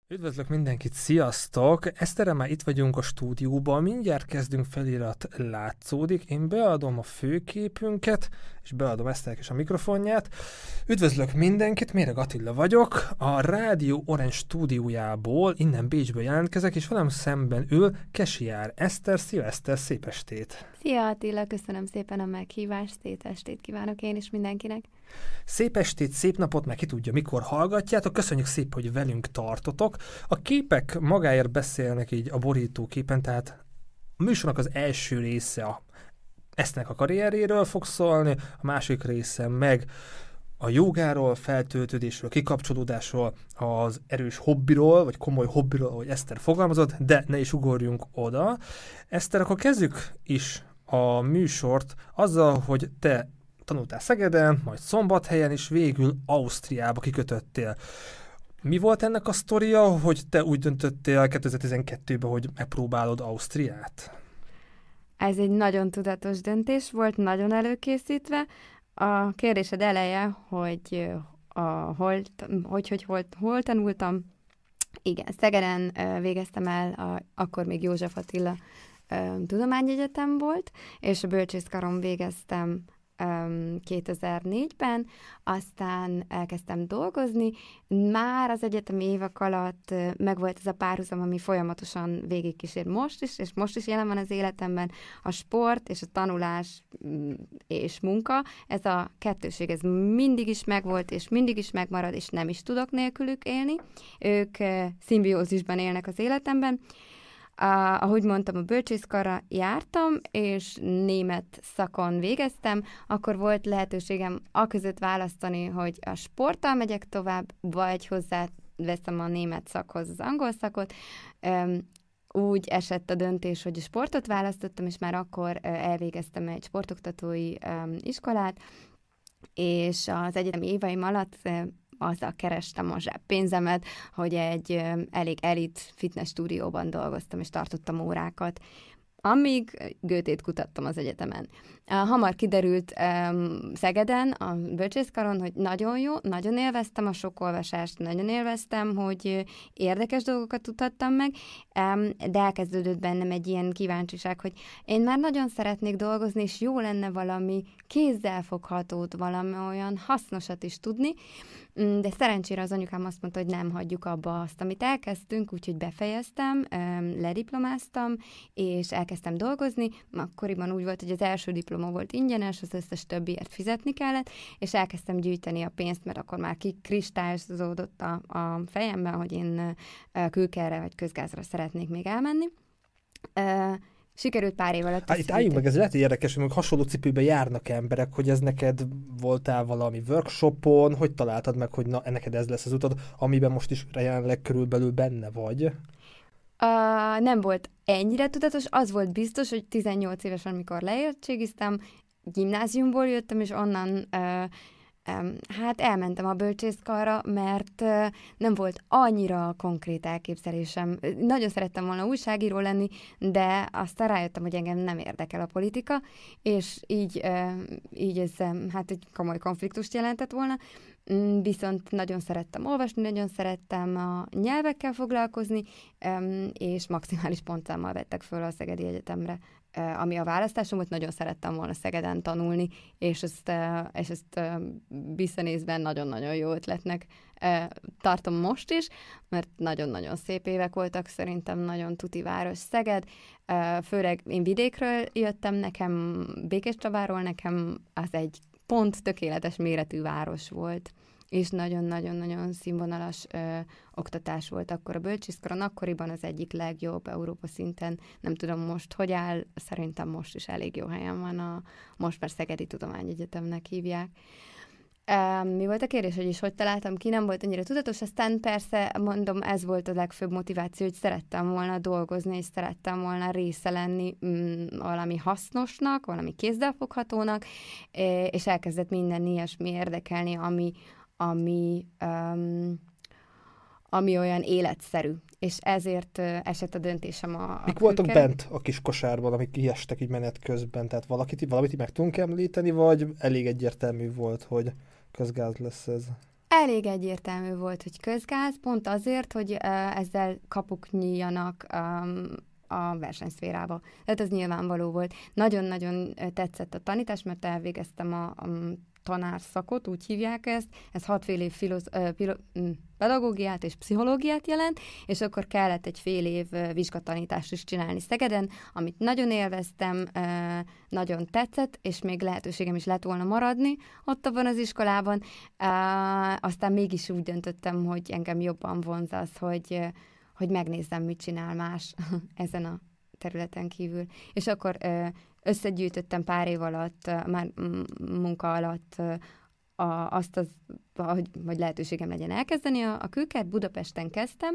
Üdvözlök mindenkit, sziasztok! Eszterrel már itt vagyunk a stúdióban, mindjárt kezdünk, felirat látszódik. Én beadom a főképünket, és beadom Eszternek is a mikrofonját. Üdvözlök mindenkit, Méreg Attila vagyok, a Rádió Orange stúdiójából, innen Bécsből jelentkezek, és velem szemben ül Kesiár Eszter. Szia Eszter, szép estét! Szia Attila, köszönöm szépen a meghívást, szép estét kívánok én is mindenkinek. Szép estét, szép napot, meg ki tudja, mikor hallgatjátok. Köszönjük szépen, hogy velünk tartotok. A képek magáért beszélnek így a borítóképen, tehát a műsornak az első része Eszternek a karrieréről fog szólni, a másik része meg a jogáról, feltöltődésről, kikapcsolódásról, az erős hobbiról, vagy komoly hobbiról, ahogy Eszter fogalmazott, de ne is ugorjunk oda. Eszter, akkor kezdjük is a műsort azzal, hogy te tanultál Szegeden, majd Szombathelyen, és végül Ausztriába kikötöttél. Mi volt ennek a sztoria, hogy te úgy döntöttél 2012-ben, hogy megpróbálod Ausztriát? Ez egy nagyon tudatos döntés volt, nagyon előkészítve. A kérdésed eleje, hogy hol tanultam. Igen, Szegeden végeztem el, akkor még József Attila Tudományegyetem volt, és a bölcsészkaron végeztem 2004-ben, aztán elkezdtem dolgozni. Már az egyetemi évek alatt megvolt ez a párhuzam, ami folyamatosan végigkísér most is, és most is jelen van az életemben, a sport és a tanulás és munka. Ez a kettőség, ez mindig is megvolt, és mindig is megmarad, és nem is tudok nélkülük élni. Ők szimbiózisban élnek az életemben. Ahogy mondtam, a bölcsészkarra jártam, és német szakon végeztem, akkor volt lehetőségem aközött választani, hogy a sporttal megyek tovább, vagy hozzáveszem a német szakhoz az angol szakot. Úgy esett a döntés, hogy a sportot választottam, és már akkor elvégeztem egy sportoktatói iskolát, és az egyetemi éveim alatt azzal kerestem a zseppénzemet, hogy egy elég elit fitness stúdióban dolgoztam, és tartottam órákat, amíg Goethét kutattam az egyetemen. Hamar kiderült Szegeden, a bölcsészkaron, hogy nagyon jó, nagyon élveztem a sok olvasást, nagyon élveztem, hogy érdekes dolgokat tudhattam meg, de elkezdődött bennem egy ilyen kíváncsiság, hogy én már nagyon szeretnék dolgozni, és jó lenne valami kézzelfoghatót, valami olyan hasznosat is tudni, de szerencsére az anyukám azt mondta, hogy nem hagyjuk abba azt, amit elkezdtünk, úgyhogy befejeztem, lediplomáztam, és elkezdtem dolgozni. Akkoriban úgy volt, hogy az első diploma volt ingyenes, az összes többiért fizetni kellett, és elkezdtem gyűjteni a pénzt, mert akkor már kikristályzódott a fejemben, hogy én külkerre vagy közgázra szeretnék még elmenni. Sikerült pár év alatt. Itt álljunk meg, ez lehet érdekes, hogy hasonló cipőben járnak emberek, hogy ez neked voltál valami workshopon, hogy találtad meg, hogy na, neked ez lesz az utad, amiben most is jelenleg körülbelül benne vagy? Nem volt ennyire tudatos, az volt biztos, hogy 18 évesen, amikor leértségiztem, gimnáziumból jöttem, és onnan elmentem a bölcsészkarra, mert nem volt annyira konkrét elképzelésem. Nagyon szerettem volna újságíró lenni, de aztán rájöttem, hogy engem nem érdekel a politika, és így ez egy komoly konfliktust jelentett volna. Viszont nagyon szerettem olvasni, nagyon szerettem a nyelvekkel foglalkozni, és maximális pontszámmal vettek föl a Szegedi Egyetemre, ami a választásom volt, nagyon szerettem volna Szegeden tanulni, és ezt visszanézve nagyon-nagyon jó ötletnek tartom most is, mert nagyon-nagyon szép évek voltak, szerintem nagyon tuti város Szeged, főleg én vidékről jöttem, nekem Békéscsabáról, nekem az egy pont tökéletes méretű város volt, és nagyon-nagyon-nagyon színvonalas oktatás volt akkor a bölcsészkaron, akkoriban az egyik legjobb Európa szinten. Nem tudom most, hogy áll, szerintem most is elég jó helyen van, most már Szegedi Tudományegyetemnek hívják. Mi volt a kérdés, hogy találtam ki, nem volt annyira tudatos, aztán persze, mondom, ez volt a legfőbb motiváció, hogy szerettem volna dolgozni, és szerettem volna része lenni valami hasznosnak, valami kézzelfoghatónak, és elkezdett minden ilyesmi érdekelni, ami olyan életszerű. És ezért esett a döntésem Mik voltak bent a kis kosárban, amik kiestek így menet közben? Tehát valamit így meg tudunk említeni, vagy elég egyértelmű volt, hogy közgáz lesz ez? Elég egyértelmű volt, hogy közgáz, pont azért, hogy ezzel kapuk nyíljanak a versenyszférába. Tehát ez nyilvánvaló volt. Nagyon-nagyon tetszett a tanítás, mert elvégeztem a tanárszakot, úgy hívják ezt. Ez 6 fél év pedagógiát és pszichológiát jelent, és akkor kellett egy fél év vizsgatanítást is csinálni Szegeden, amit nagyon élveztem, nagyon tetszett, és még lehetőségem is lett volna maradni ott abban az iskolában. Aztán mégis úgy döntöttem, hogy engem jobban vonz az, hogy megnézzem, mit csinál más ezen a területen kívül. És akkor összegyűjtöttem pár év alatt, már munka alatt hogy lehetőségem legyen elkezdeni a külkert. Budapesten kezdtem,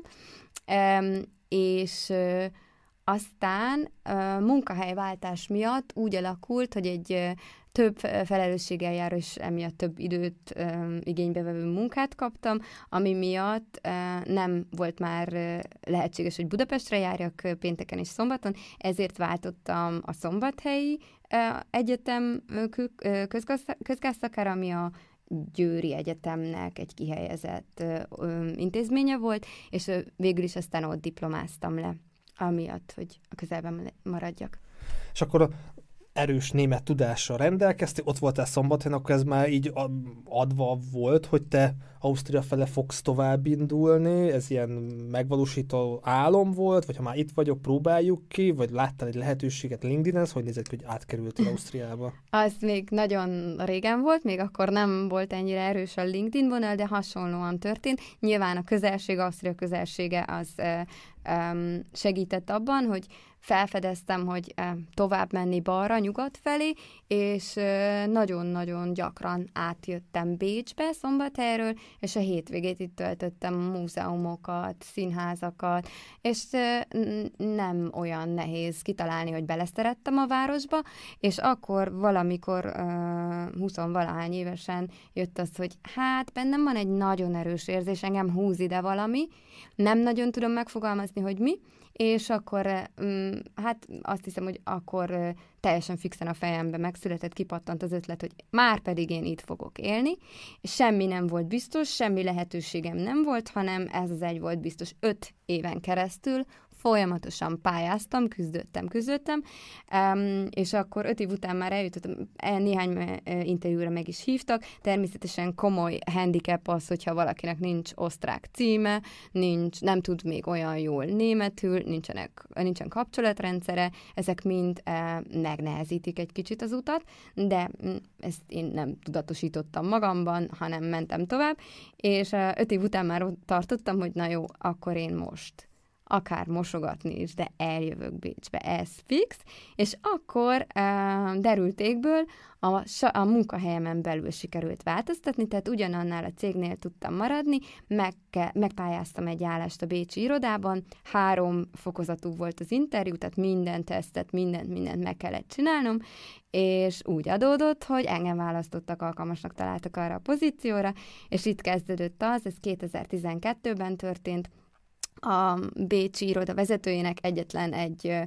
és aztán munkahelyváltás miatt úgy alakult, hogy egy több felelősséggel járó és emiatt több időt igénybe vevő munkát kaptam, ami miatt nem volt már lehetséges, hogy Budapestre járjak pénteken és szombaton, ezért váltottam a Szombathelyi Egyetem közgázszakára, ami a Győri Egyetemnek egy kihelyezett intézménye volt, és végül is aztán ott diplomáztam le, amiatt, hogy a közelben maradjak. És akkor erős német tudással rendelkeztél, ott voltál Szombathelyen, akkor ez már így adva volt, hogy te Ausztria fele fogsz tovább indulni, ez ilyen megvalósító álom volt, vagy ha már itt vagyok, próbáljuk ki, vagy láttál egy lehetőséget LinkedIn-en, hogy nézett, hogy átkerültél Ausztriába? Az még nagyon régen volt, még akkor nem volt ennyire erős a LinkedIn vonal, de hasonlóan történt. Nyilván a közelség, Ausztria közelsége az segített abban, hogy felfedeztem, hogy tovább menni balra, nyugat felé, és nagyon-nagyon gyakran átjöttem Bécsbe, Szombathelyről, és a hétvégét itt töltöttem múzeumokat, színházakat, és nem olyan nehéz kitalálni, hogy beleszerettem a városba, és akkor valamikor 20-valahány évesen jött az, hogy hát bennem van egy nagyon erős érzés, engem húz ide valami, nem nagyon tudom megfogalmazni, hogy mi, és akkor hát azt hiszem, hogy akkor teljesen fixen a fejembe megszületett, kipattant az ötlet, hogy már pedig én itt fogok élni, és semmi nem volt biztos, semmi lehetőségem nem volt, hanem ez az egy volt biztos. 5 éven keresztül folyamatosan pályáztam, küzdöttem, és akkor 5 év után már eljutottam, néhány interjúra meg is hívtak. Természetesen komoly handicap az, hogyha valakinek nincs osztrák címe, nem tud még olyan jól németül, nincsen kapcsolatrendszere, ezek mind megnehezítik egy kicsit az utat, de ezt én nem tudatosítottam magamban, hanem mentem tovább, és 5 év után már ott tartottam, hogy na jó, akkor én most akár mosogatni is, de eljövök Bécsbe, ez fix, és akkor derültékből a munkahelyemen belül sikerült változtatni, tehát ugyanannál a cégnél tudtam maradni, megpályáztam egy állást a bécsi irodában, 3 fokozatú volt az interjú, tehát minden tesztet, mindent meg kellett csinálnom, és úgy adódott, hogy engem választottak, alkalmasnak találtak arra a pozícióra, és itt kezdődött ez 2012-ben történt. A bécsi iroda vezetőjének egyetlen egy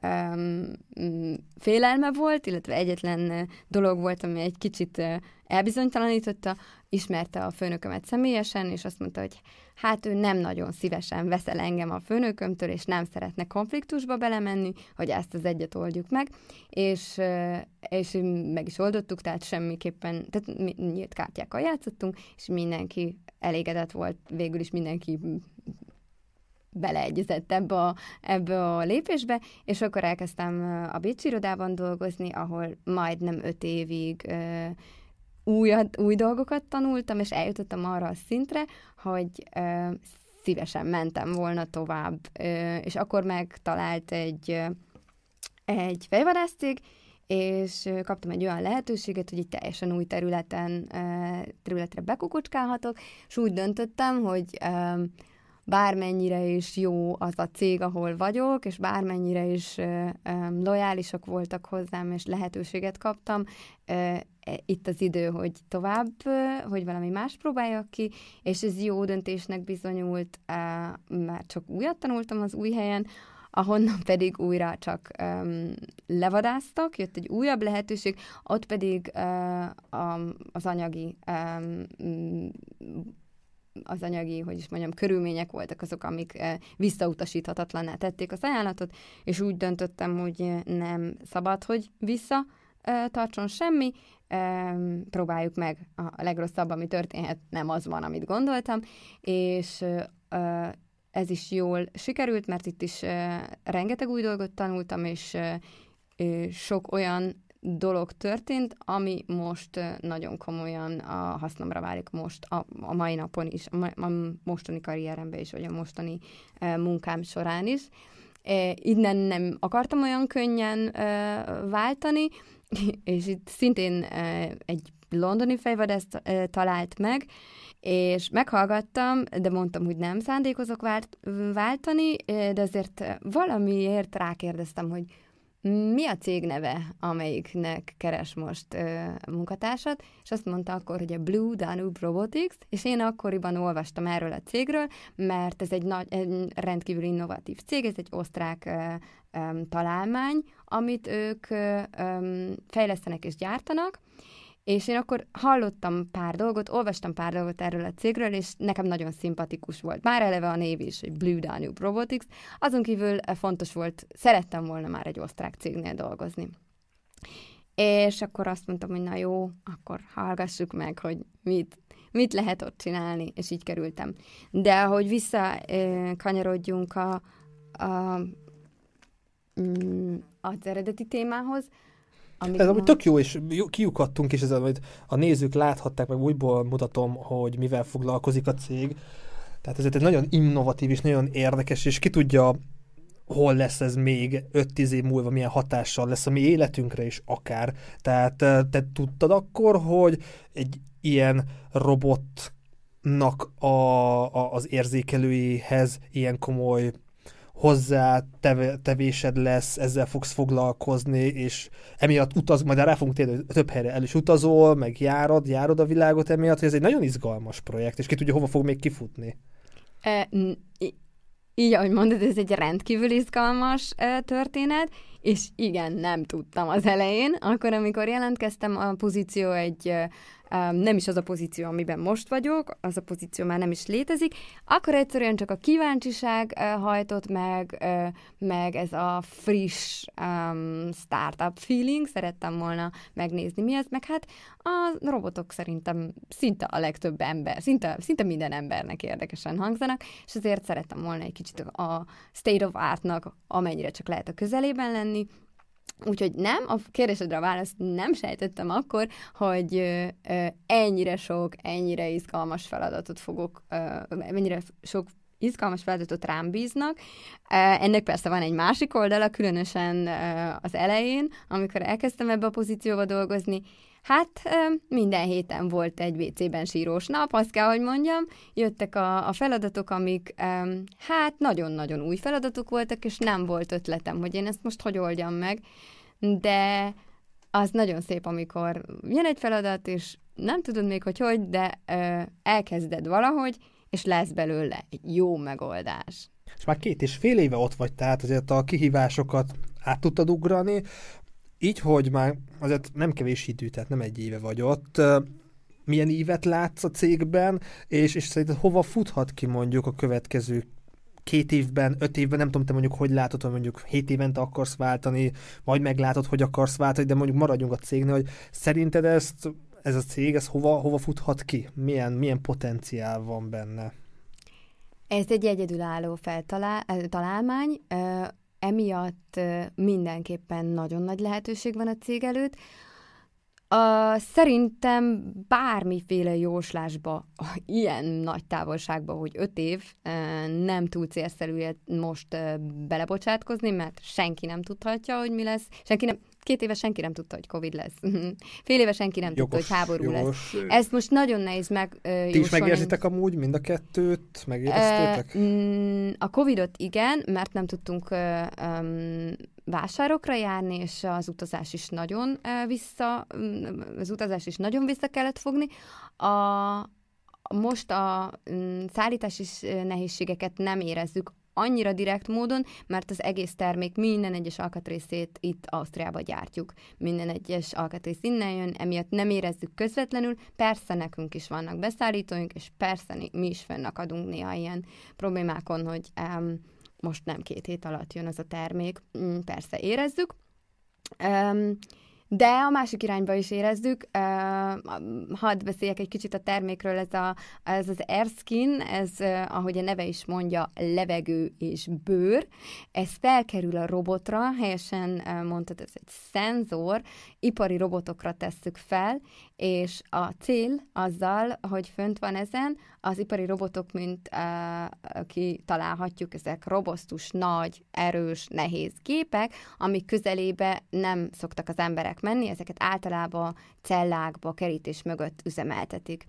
félelme volt, illetve egyetlen dolog volt, ami egy kicsit elbizonytalanította, ismerte a főnökömet személyesen, és azt mondta, hogy hát ő nem nagyon szívesen veszel engem a főnökömtől, és nem szeretne konfliktusba belemenni, hogy ezt az egyet oldjuk meg, és meg is oldottuk, tehát semmiképpen, tehát nyílt kártyákkal játszottunk, és mindenki elégedett volt, végül is mindenki beleegyezett ebbe a lépésbe, és akkor elkezdtem a bécsi irodában dolgozni, ahol majdnem 5 évig új dolgokat tanultam, és eljutottam arra a szintre, hogy szívesen mentem volna tovább, és akkor megtalált egy fejvadászcég, és kaptam egy olyan lehetőséget, hogy egy teljesen új területre bekukucskálhatok, és úgy döntöttem, hogy bármennyire is jó az a cég, ahol vagyok, és bármennyire is lojálisak voltak hozzám, és lehetőséget kaptam, itt az idő, hogy tovább, hogy valami más próbáljak ki, és ez jó döntésnek bizonyult, már csak újat tanultam az új helyen, ahonnan pedig újra csak levadáztak, jött egy újabb lehetőség, ott pedig az anyagi az anyagi, hogy is mondjam, körülmények voltak azok, amik visszautasíthatatlanná tették az ajánlatot, és úgy döntöttem, hogy nem szabad, hogy tartson semmi, próbáljuk meg, a legrosszabb, ami történhet, nem az van, amit gondoltam, és ez is jól sikerült, mert itt is rengeteg új dolgot tanultam, és sok olyan dolog történt, ami most nagyon komolyan a hasznomra válik most, a mai napon is, a mostani karrieremben is, vagy a mostani munkám során is. Innen nem akartam olyan könnyen váltani, és itt szintén egy londoni fejvadász talált meg, és meghallgattam, de mondtam, hogy nem szándékozok váltani, de azért valamiért rákérdeztem, hogy mi a cég neve, amelyiknek keres most munkatársat, és azt mondta akkor, hogy a Blue Danube Robotics, és én akkoriban olvastam erről a cégről, mert ez egy rendkívül innovatív cég, ez egy osztrák találmány, amit ők fejlesztenek és gyártanak, és én akkor hallottam pár dolgot, olvastam pár dolgot erről a cégről, és nekem nagyon szimpatikus volt. Már eleve a név is, hogy Blue Danube Robotics. Azon kívül fontos volt, szerettem volna már egy osztrák cégnél dolgozni. És akkor azt mondtam, hogy na jó, akkor hallgassuk meg, hogy mit lehet ott csinálni, és így kerültem. De hogy visszakanyarodjunk az eredeti témához, ez amúgy tök jó, és kiukadtunk, és ezzel majd a nézők láthatták, meg újból mutatom, hogy mivel foglalkozik a cég. Tehát ez egy nagyon innovatív és nagyon érdekes, és ki tudja, hol lesz ez még 5-10 év múlva, milyen hatással lesz a mi életünkre is akár. Tehát te tudtad akkor, hogy egy ilyen robotnak az érzékelőihez ilyen komoly hozzátevésed lesz, ezzel fogsz foglalkozni, és emiatt majd rá fogunk térni, több helyre el is utazol, meg járod a világot emiatt, hogy ez egy nagyon izgalmas projekt, és ki tudja, hova fog még kifutni. Így, ahogy mondod, ez egy rendkívül izgalmas történet, és igen, nem tudtam az elején. Akkor, amikor jelentkeztem, a pozíció nem is az a pozíció, amiben most vagyok, az a pozíció már nem is létezik, akkor egyszerűen csak a kíváncsiság hajtott meg ez a friss startup feeling, szerettem volna megnézni mi ez, meg hát a robotok szerintem szinte a legtöbb ember, szinte minden embernek érdekesen hangzanak, és azért szerettem volna egy kicsit a state of art-nak amennyire csak lehet a közelében lenni. Úgyhogy nem, a kérdésedre a választ nem sejtettem akkor, hogy ennyire sok, ennyire izgalmas feladatot ennyire sok izgalmas feladatot rám bíznak. Ennek persze van egy másik oldala, különösen az elején, amikor elkezdtem ebbe a pozícióba dolgozni. Hát minden héten volt egy WC-ben sírós nap, azt kell, hogy mondjam. Jöttek a feladatok, amik hát nagyon-nagyon új feladatok voltak, és nem volt ötletem, hogy én ezt most hogy oldjam meg. De az nagyon szép, amikor jön egy feladat, és nem tudod még, hogy, de elkezded valahogy, és lesz belőle egy jó megoldás. És már 2,5 éve ott vagy, tehát azért a kihívásokat át tudtad ugrani, így, hogy már azért nem kevés idő, tehát nem 1 éve vagy ott. Milyen ívet látsz a cégben, és szerinted hova futhat ki mondjuk a következő 2 évben, 5 évben, nem tudom, te mondjuk hogy látod, hogy mondjuk 7 évente akarsz váltani, majd meglátod, hogy akarsz váltani, de mondjuk maradjunk a cégnél, hogy szerinted ez a cég, ez hova futhat ki? Milyen potenciál van benne? Ez egy egyedülálló találmány, emiatt mindenképpen nagyon nagy lehetőség van a cég előtt. Szerintem bármiféle jóslásba, ilyen nagy távolságba, hogy 5 év nem túl célszerű most belebocsátkozni, mert senki nem tudhatja, hogy mi lesz. 2 éve senki nem tudta, hogy Covid lesz. Fél éve senki nem tudta, hogy háború lesz. Ezt most nagyon nehéz megjósolni. Ti is megérzitek amúgy mind a kettőt? Megéreztétek? A Covidot igen, mert nem tudtunk vásárokra járni, és az utazás is nagyon vissza kellett fogni. Most a szállítási nehézségeket nem érezzük annyira direkt módon, mert az egész termék minden egyes alkatrészét itt Ausztriába gyártjuk. Minden egyes alkatrész innen jön, emiatt nem érezzük közvetlenül. Persze nekünk is vannak beszállítóink, és persze mi is fennakadunk néha ilyen problémákon, hogy most nem 2 hét alatt jön az a termék. Persze érezzük. De a másik irányba is érezzük. Hadd beszéljek egy kicsit a termékről, ez az AirSkin, ez, ahogy a neve is mondja, levegő és bőr. Ez felkerül a robotra, helyesen mondtad, ez egy szenzor, ipari robotokra tesszük fel, és a cél azzal, hogy fönt van ezen, az ipari robotok, mint kitalálhatjuk, ezek robosztus, nagy, erős, nehéz gépek, amik közelébe nem szoktak az emberek menni, ezeket általában cellákba, kerítés mögött üzemeltetik.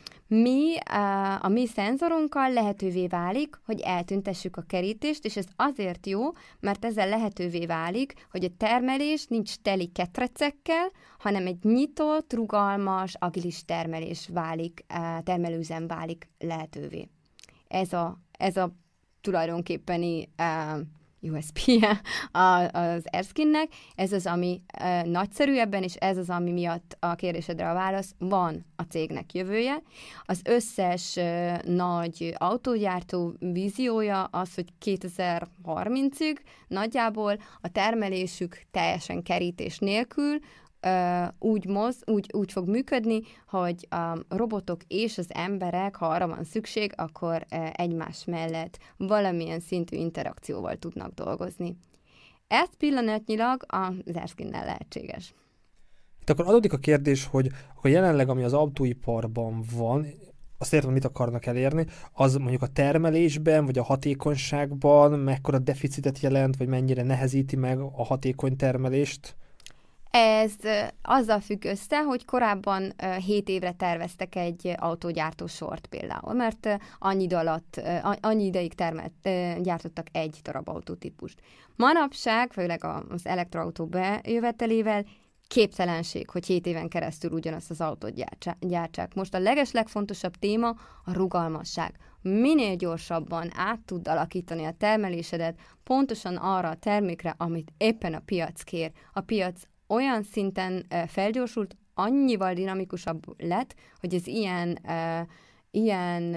A mi szenzorunkkal lehetővé válik, hogy eltüntessük a kerítést, és ez azért jó, mert ezzel lehetővé válik, hogy a termelés nincs teli ketrecekkel, hanem egy nyitott, rugalmas, agilis termelőüzem válik lehetővé. Ez a tulajdonképpeni USP-je az AirSkinnek, ez az, ami nagyszerű ebben, és ez az, ami miatt a kérdésedre a válasz, van a cégnek jövője. Az összes nagy autógyártó víziója az, hogy 2030-ig nagyjából a termelésük teljesen kerítés nélkül úgy fog működni, hogy a robotok és az emberek, ha arra van szükség, akkor egymás mellett valamilyen szintű interakcióval tudnak dolgozni. Ez pillanatnyilag az AirSkinnel lehetséges. Itt akkor adódik a kérdés, hogy akkor jelenleg, ami az autóiparban van, azt értem, mit akarnak elérni, az mondjuk a termelésben, vagy a hatékonyságban mekkora deficitet jelent, vagy mennyire nehezíti meg a hatékony termelést? Ez azzal függ össze, hogy korábban 7 évre terveztek egy autógyártó sort például, mert annyi ideig gyártottak egy darab autótípust. Manapság, főleg az elektroautó bejövetelével képtelenség, hogy 7 éven keresztül ugyanazt az autót gyártsák. Most a legfontosabb téma a rugalmasság. Minél gyorsabban át tud alakítani a termelésedet pontosan arra a termékre, amit éppen a piac kér. A piac olyan szinten felgyorsult, annyival dinamikusabb lett, hogy az ilyen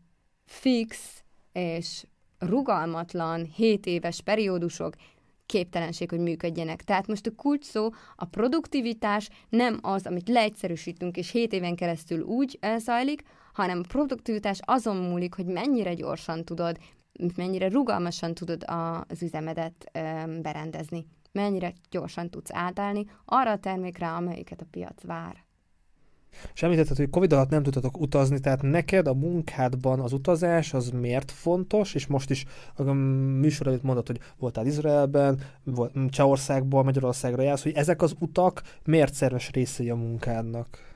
fix és rugalmatlan 7 éves periódusok képtelenség, hogy működjenek. Tehát most a kulcs szó, a produktivitás nem az, amit leegyszerűsítünk, és 7 éven keresztül úgy zajlik, hanem a produktivitás azon múlik, hogy mennyire gyorsan tudod, mennyire rugalmasan tudod az üzemedet berendezni. Mennyire gyorsan tudsz átállni arra a termékre, amelyiket a piac vár. És említetted, hogy Covid alatt nem tudtatok utazni, tehát neked a munkádban az utazás az miért fontos, és most is a műsor előtt mondod, hogy voltál Izraelben, Csehországból, Magyarországra jársz, hogy ezek az utak miért szerves részei a munkádnak?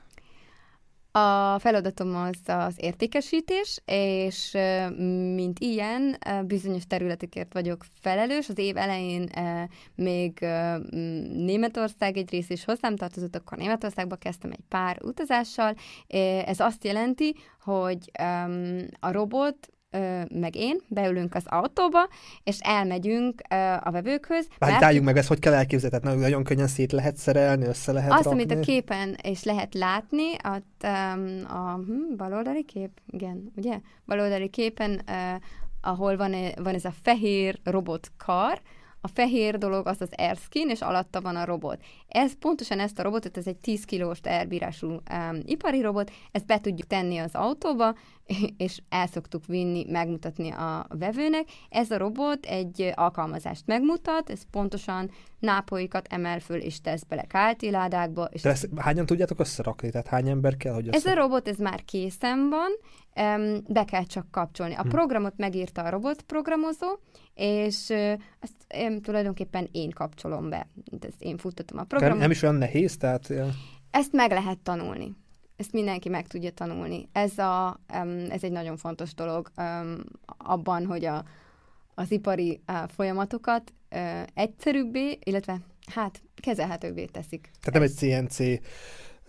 A feladatom az értékesítés, és mint ilyen bizonyos területekért vagyok felelős. Az év elején még Németország egy rész is hozzám tartozott, akkor Németországba kezdtem egy pár utazással. Ez azt jelenti, hogy a robot meg én beülünk az autóba, és elmegyünk a vevőkhöz. Álljunk meg ezt, hogy kell elképzelni, tehát nagyon könnyen szét lehet szerelni, össze lehet rakni. Azt, amit a képen is lehet látni, ott a baloldali kép, igen, ugye? Baloldali képen, ahol van ez a fehér robotkar, a fehér dolog az az AirSkin, és alatta van a robot. Pontosan ezt a robotot, ez egy 10 kilós elbírású ipari robot, ezt be tudjuk tenni az autóba, és el szoktuk vinni, megmutatni a vevőnek. Ez a robot egy alkalmazást megmutat, ez pontosan nápolyikat emel föl, és tesz bele káltéládákba. De ezt hányan tudjátok összerakni? Tehát hány ember kell, hogy Ez a robot, ez már készen van, be kell csak kapcsolni. A programot megírta a robotprogramozó, és ezt tulajdonképpen én kapcsolom be. Ezt én futtatom a programot. Nem is olyan nehéz? Tehát... Ezt meg lehet tanulni. Ezt mindenki meg tudja tanulni. Ez egy nagyon fontos dolog abban, hogy az ipari folyamatokat egyszerűbbé, illetve kezelhetőbbé teszik. Tehát nem egy CNC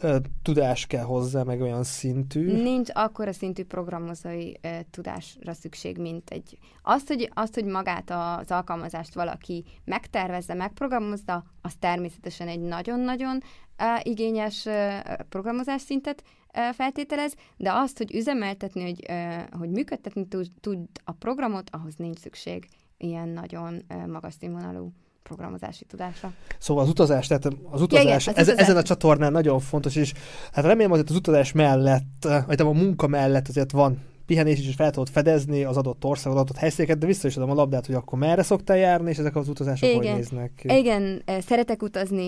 tudás kell hozzá, meg olyan szintű. Nincs akkora szintű programozói tudásra szükség, mint egy... Azt, hogy magát az alkalmazást valaki megtervezze, megprogramozza, az természetesen egy nagyon-nagyon igényes programozás szintet feltételez, de azt, hogy üzemeltetni, hogy működtetni tud a programot, ahhoz nincs szükség ilyen nagyon magas színvonalú programozási tudásra. Szóval az utazás, tehát az utazás, ezen a csatornán nagyon fontos, és hát remélem, hogy az utazás mellett, vagy a munka mellett azért van pihenés is, és fel tudod fedezni az adott országot, adott helyszíneket, de vissza is adom a labdát, hogy akkor merre szoktál járni, és ezek az utazások hogy néznek ki? Igen, szeretek utazni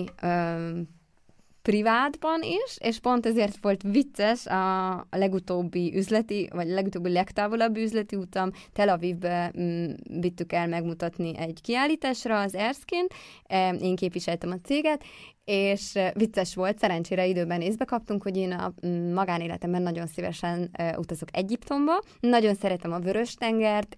privátban is, és pont ezért volt vicces a legutóbbi legtávolabbi üzleti utam. Tel Avivbe vittük el megmutatni egy kiállításra az Erskine, én képviseltem a céget, és vicces volt, szerencsére időben észbe kaptunk, hogy én a magánéletemben nagyon szívesen utazok Egyiptomba, nagyon szeretem a Vörös-tengert,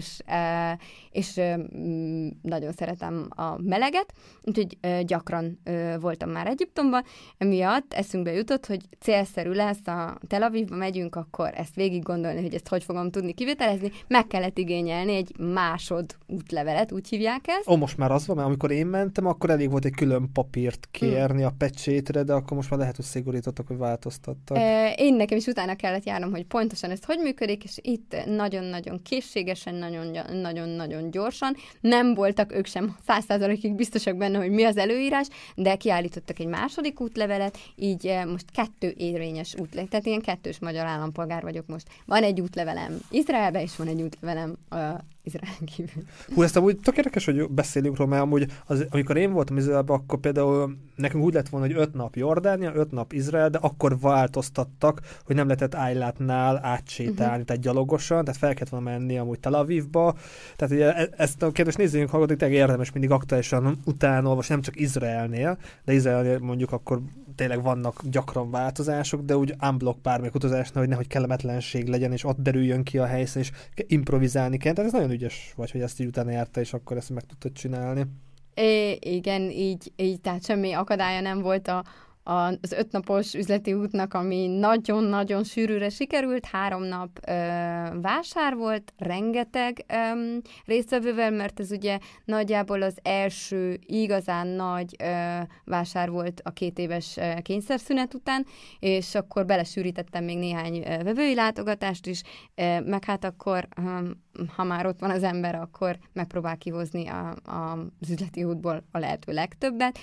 és nagyon szeretem a meleget, úgyhogy gyakran voltam már Egyiptomban, emiatt eszünkbe jutott, hogy célszerű lesz, a Tel Avivba megyünk, akkor ezt végig gondolni, hogy ezt hogy fogom tudni kivitelezni, meg kellett igényelni egy másod útlevelet, úgy hívják ezt. Most már az van, mert amikor én mentem, akkor elég volt egy külön papírt kérni a pecsétre, de akkor most már lehet, hogy szigorítottak, hogy változtattak. Én nekem is utána kellett járnom, hogy pontosan ez hogy működik, és itt nagyon-nagyon készségesen, nagyon-nagyon gyorsan. Nem voltak ők sem 100%-ig biztosak benne, hogy mi az előírás, de kiállítottak egy második útlevelet, így most 2 érvényes útlevelet, tehát ilyen 2-s magyar állampolgár vagyok most. Van egy útlevelem Izraelbe, és van egy útlevelem Izrael kívül. Ezt amúgy tök érdekes, hogy beszélünk róla, mert amúgy amikor én voltam Izraelben, akkor például nekünk úgy lett volna, hogy 5 nap Jordánia, 5 nap Izrael, de akkor változtattak, hogy nem lehetett Eilatnál átsétálni, tehát gyalogosan, tehát fel kellett volna menni amúgy Tel Avivba. Tehát ugye ezt a kérdést nézzünk, hallgatók, tényleg érdemes mindig aktuálisan utánolvasni, nem csak Izraelnél, de Izraelnél mondjuk akkor tényleg vannak gyakran változások, de úgy unblock bármelyik utazásnál, hogy nehogy kellemetlenség legyen, és ott derüljön ki a helyszín, és improvizálni kell. Tehát ez nagyon ügyes vagy, hogy ezt így utána járta, és akkor ezt meg tudtad csinálni. Igen, így, tehát semmi akadálya nem volt az 5 napos üzleti útnak, ami nagyon-nagyon sűrűre sikerült. 3 nap vásár volt, rengeteg résztvevővel, mert ez ugye nagyjából az első igazán nagy vásár volt a 2 éves kényszerszünet után, és akkor belesűrítettem még néhány vevői látogatást is, meg hát akkor ha már ott van az ember, akkor megpróbál kihozni az üzleti útból a lehető legtöbbet.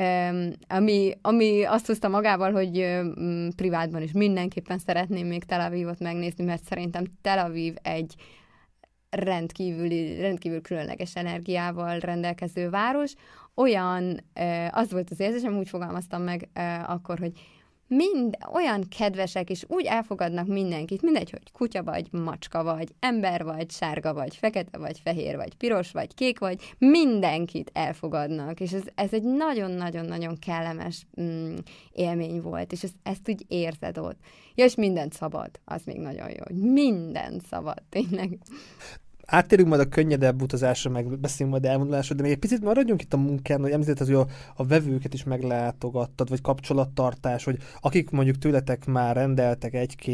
Ami azt hozta magával, hogy privátban is mindenképpen szeretném még Tel Avivot megnézni, mert szerintem Tel Aviv egy rendkívül különleges energiával rendelkező város. Az volt az érzésem, úgy fogalmaztam meg akkor, hogy olyan kedvesek, és úgy elfogadnak mindenkit, mindegy, hogy kutya vagy, macska vagy, ember vagy, sárga vagy, fekete vagy, fehér vagy, piros vagy, kék vagy, mindenkit elfogadnak, és ez egy nagyon-nagyon-nagyon kellemes élmény volt, és ezt úgy érzed ott. Ja, és mindent szabad, az még nagyon jó, hogy mindent szabad, tényleg. Áttérünk majd a könnyedebb utazásra, meg beszélünk majd elvonulásra, de még egy picit maradjunk itt a munkán, hogy említetted, hogy a vevőket is meglátogattad, vagy kapcsolattartás, hogy akik mondjuk tőletek már rendeltek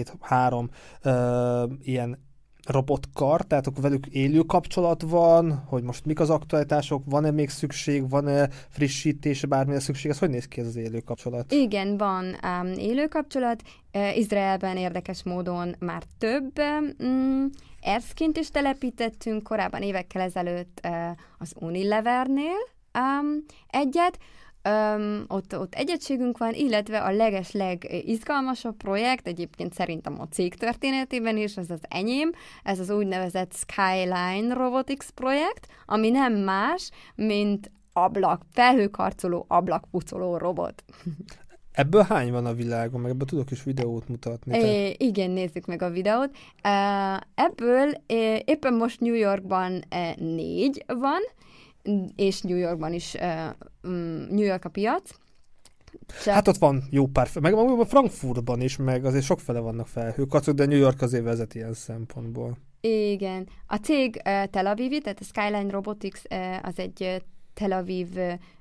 1-2-3 ilyen robotkar, tehát akkor velük élő kapcsolat van, hogy most mik az aktualitások, van-e még szükség, van-e frissítése, bármilyen szükség, ez hogy néz ki ez az élő kapcsolat? Igen, van élő kapcsolat. Izraelben érdekes módon már több Erskine-t is telepítettünk, korábban évekkel ezelőtt az Unilevernél egyet, ott egyetségünk van, illetve a legizgalmasabb projekt, egyébként szerintem a cég történetében is, ez az enyém, ez az úgynevezett Skyline Robotics projekt, ami nem más, mint felhőkarcoló, ablakpucoló robot. Ebből hány van a világon? Meg ebből tudok is videót mutatni. Igen, nézzük meg a videót. Ebből éppen most New Yorkban 4 van, és New Yorkban is New York a piac. Hát ott van jó pár, meg a Frankfurtban is, meg azért sokfele vannak felhőkarcolók, de New York azért vezet ilyen szempontból. Igen. A cég Tel Avivi, tehát a Skyline Robotics az egy Tel Aviv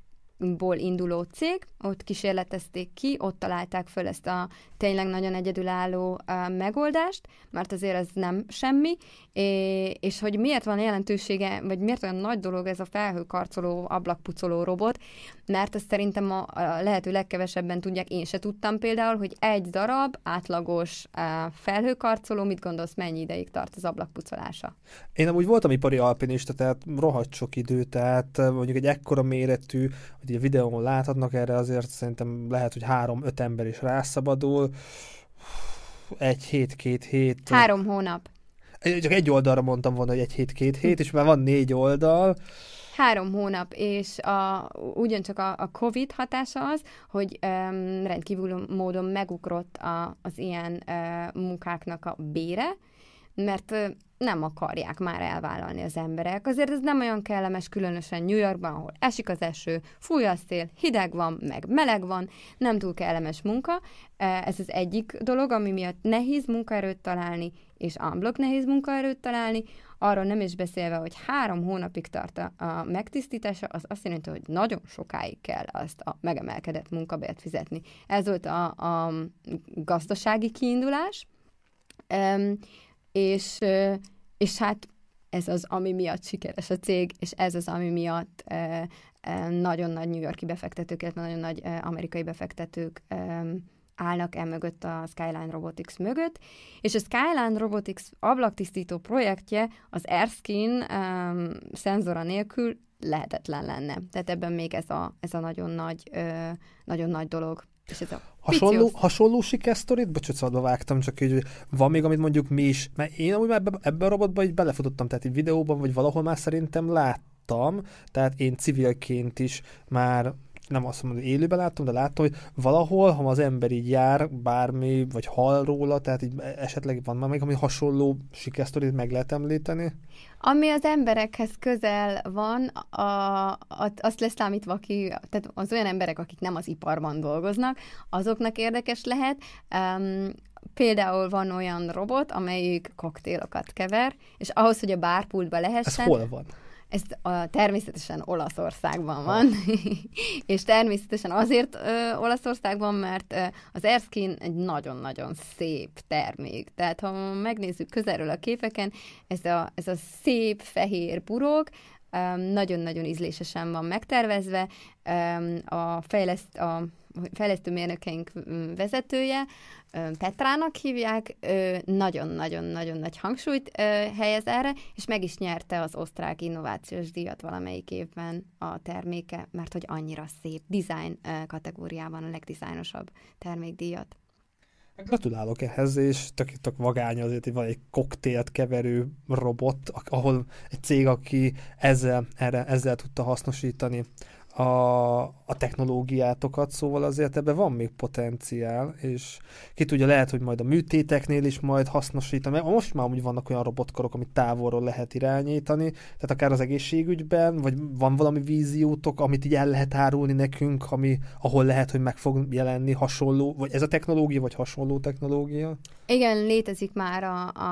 ból induló cég, ott kísérletezték ki, ott találták föl ezt a tényleg nagyon egyedülálló megoldást, mert azért ez nem semmi, és hogy miért van jelentősége, vagy miért olyan nagy dolog ez a felhőkarcoló, ablakpucoló robot, mert ezt szerintem a lehető legkevesebben tudják, én se tudtam például, hogy egy darab átlagos felhőkarcoló, mit gondolsz, mennyi ideig tart az ablakpucolása? Én amúgy voltam ipari alpinista, tehát rohadt sok idő, tehát mondjuk egy ekkora méretű, hogy a videón láthatnak erre, azért szerintem lehet, hogy 3-5 ember is rászabadul. 1 hét, 2 hét. 3 hónap. Csak egy oldalra mondtam volna, hogy 1 hét, 2 hét, és már van 4 oldal. 3 hónap, és ugyancsak a Covid hatása az, hogy rendkívül módon megugrott az ilyen munkáknak a bére, mert nem akarják már elvállalni az emberek. Azért ez nem olyan kellemes, különösen New Yorkban, ahol esik az eső, fúj a szél, hideg van, meg meleg van, nem túl kellemes munka. Ez az egyik dolog, ami miatt nehéz munkaerőt találni, és unblock nehéz munkaerőt találni, arról nem is beszélve, hogy 3 hónapig tart a megtisztítása, az azt jelenti, hogy nagyon sokáig kell azt a megemelkedett munkabért fizetni. Ez volt a gazdasági kiindulás, és hát ez az, ami miatt sikeres a cég, és ez az, ami miatt nagyon nagy New York-i befektetők, illetve nagyon nagy amerikai befektetők állnak mögött, a Skyline Robotics mögött, és a Skyline Robotics ablaktisztító projektje az Erskine szenzora nélkül lehetetlen lenne. Tehát ebben még ez a nagyon nagy dolog. És ez a hasonló sikersztorit? Bocsánat, szabadba vágtam, csak így van még, amit mondjuk mi is, mert én amúgy már ebben a robotban így belefutottam, tehát egy videóban, vagy valahol már szerintem láttam, tehát én civilként is már nem azt mondom, hogy élőben láttam, de láttam, hogy valahol, ha az ember így jár bármi, vagy hall róla, tehát így esetleg van már még, ami hasonló sikersztorit meg lehet említeni? Ami az emberekhez közel van, azt leszámítva, tehát az olyan emberek, akik nem az iparban dolgoznak, azoknak érdekes lehet. Például van olyan robot, amelyik koktélokat kever, és ahhoz, hogy a bárpultba lehessen... Ez hol van? Ez természetesen Olaszországban van, és természetesen azért Olaszországban, mert az Erskine egy nagyon-nagyon szép termék. Tehát ha megnézzük közelről a képeken, ez a szép fehér burok nagyon-nagyon ízlésesen van megtervezve. A fejlesztő mérnökeink vezetője, Petrának hívják, nagyon-nagyon-nagyon nagy hangsúlyt helyez erre, és meg is nyerte az osztrák innovációs díjat valamelyik évben a terméke, mert hogy annyira szép. Design kategóriában a legdizájnosabb termékdíjat. Gratulálok ehhez, és tök vagány azért, hogy van egy koktélt keverő robot, ahol egy cég, aki ezzel tudta hasznosítani a technológiátokat, szóval azért ebben van még potenciál, és ki tudja, lehet, hogy majd a műtéteknél is majd hasznosítani, mert most már úgy vannak olyan robotkarok, amit távolról lehet irányítani, tehát akár az egészségügyben, vagy van valami víziótok, amit így el lehet árulni nekünk, ahol lehet, hogy meg fog jelenni hasonló, vagy ez a technológia, vagy hasonló technológia? Igen, létezik már